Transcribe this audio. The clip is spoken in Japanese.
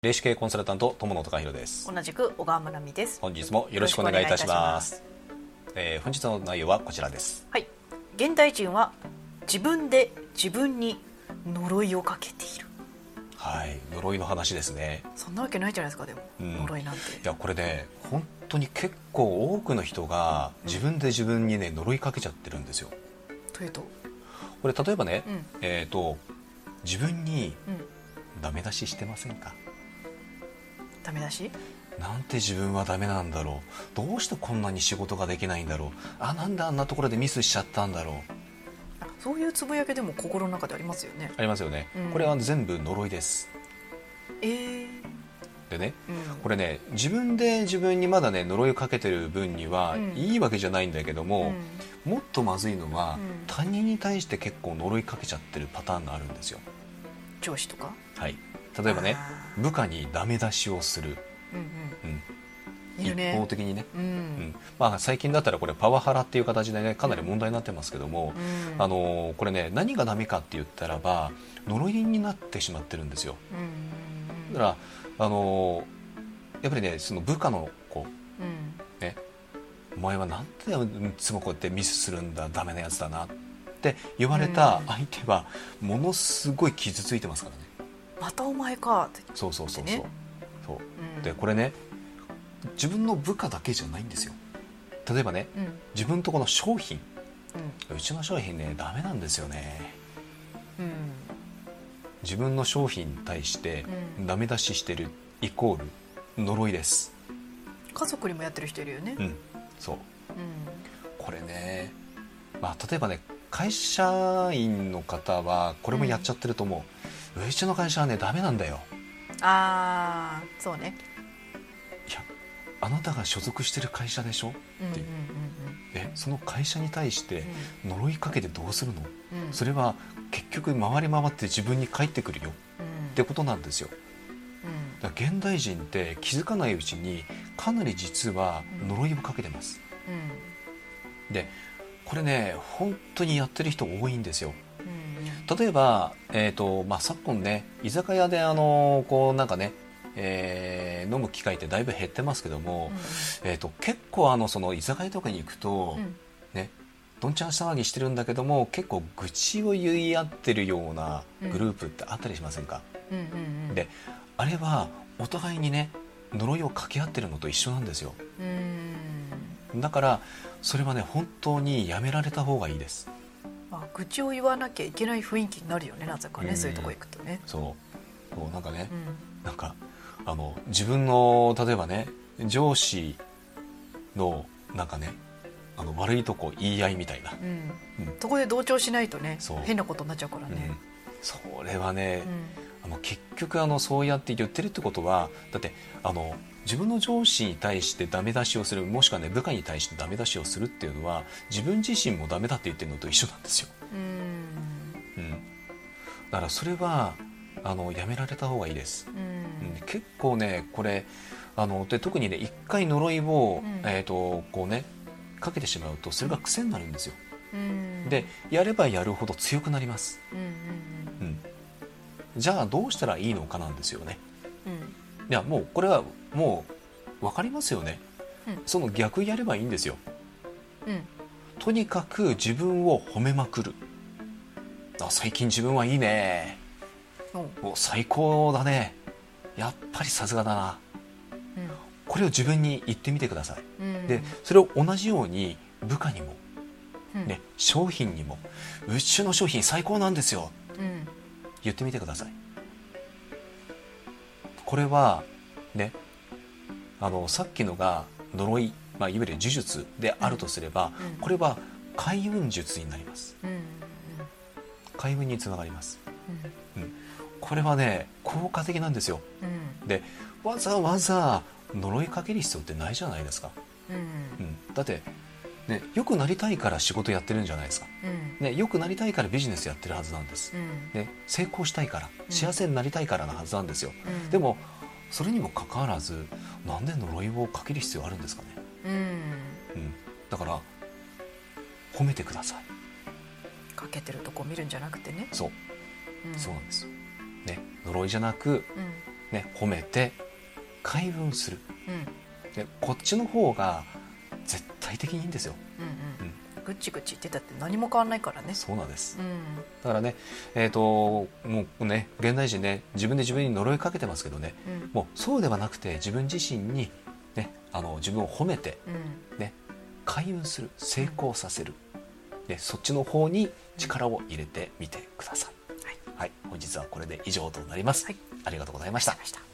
霊視系コンサルタント友野貴弘です。 同じく小川真奈美です。 本日もよろしくお願いいたします。本日の内容はこちらです。 はい。現代人は自分で自分に呪いをかけている。 はい、呪いの話ですね。 そんなわけないじゃないですか。でも、呪いなんて。 いやこれね、本当に結構多くの人が自分で自分にね呪いかけちゃってるんですよ。 というと、 これ例えばね、自分にダメ出ししてませんか？ ダメ出し？ なんて自分はダメなんだろう、どうしてこんなに仕事ができないんだろう、なんであんなところでミスしちゃったんだろう。 そういうつぶやきでも心の中でありますよね。 ありますよね、これは全部呪いです。でね、これね、自分で自分にまだね呪いをかけてる分には、いいわけじゃないんだけども、もっとまずいのは、他人に対して結構呪いかけちゃってるパターンがあるんですよ。 上司とか？ はい、例えばね、部下にダメ出しをする、一方的にね、最近だったらこれパワハラっていう形でねかなり問題になってますけども、これね何がダメかって言ったらば呪いになってしまってるんですよ。だからやっぱりね、その部下の子、ね、お前はなんでいつもこうやってミスするんだ、ダメなやつだなって言われた相手はものすごい傷ついてますからね。 またお前かって。 そう、でこれね、自分の部下だけじゃないんですよ。例えばね、自分とこの商品、うちの商品ねダメなんですよね、自分の商品に対してダメ出ししてるイコール呪いです。 家族にもやってる人いるよね。 そう、これね、例えばね、会社員の方はこれもやっちゃってると思う。うちの会社はねダメなんだよ。 そうね。 いや、あなたが所属してる会社でしょってその会社に対して呪いかけてどうするの、それは結局回り回って自分に返ってくるよ、ってことなんですよ。だから現代人って気づかないうちにかなり実は呪いをかけてます。でこれね本当にやってる人多いんですよ。例えば、昨今ね居酒屋でこうなんかね、飲む機会ってだいぶ減ってますけども、結構その居酒屋とかに行くと、ね、どんちゃん騒ぎしてるんだけども結構愚痴を言い合ってるようなグループってあったりしませんか？であれはお互いにね呪いをかけ合ってるのと一緒なんですよ。だからそれはね本当にやめられた方がいいです。 愚痴を言わなきゃいけない雰囲気になるよね、なぜかね、そういうとこ行くとね。 そうなんかね、なんか自分の例えばね上司のなんかね悪いとこ言い合いみたいな、 そこで同調しないとね変なことになっちゃうからね。 それはね、結局そうやって言ってるってことは、だって自分の上司に対してダメ出しをする、もしくはね部下に対してダメ出しをするっていうのは自分自身もダメだって言ってるのと一緒なんですよ。だからそれはやめられた方がいいです。結構ねこれで特にね一回呪いを、こうねかけてしまうとそれが癖になるんですよ。でやればやるほど強くなります。じゃあどうしたらいいのかなんですよね。いやもうこれはもう分かりますよね。その逆やればいいんですよ。とにかく自分を褒めまくる。最近自分はいいね、もう最高だね、やっぱりさすがだな、これを自分に言ってみてください。でそれを同じように部下にも、商品にも、うちの商品最高なんですよ、言ってみてください。これはねさっきのが呪い、いわゆる呪術であるとすれば、これは開運術になります。開運につながります。これはね効果的なんですよ。でわざわざ呪いかける必要ってないじゃないですか。だってね、良くなりたいから仕事やってるんじゃないですか。良くなりたいからビジネスやってるはずなんです。成功したいから幸せになりたいからなはずなんですよ。でもそれにもかかわらずなんで呪いをかける必要あるんですかね。だから褒めてください。 かけてるとこ見るんじゃなくてね。 そうなんです、呪いじゃなく、 ね、褒めて開運する。 うんでこっちの方が絶対的にいいんですよ。 うんうんぐちぐち言ってたって何も変わんないからね。 そうなんです、 うんだからね、もうね現代人ね自分で自分に呪いかけてますけどね、 うんもうそうではなくて自分自身に、ね、自分を褒めて、 うんね、開運する、成功させる、ね、そっちの方に力を入れてみてください、はい、本日はこれで以上となります、 はい、 ありがとうございました。 ありがとうございました。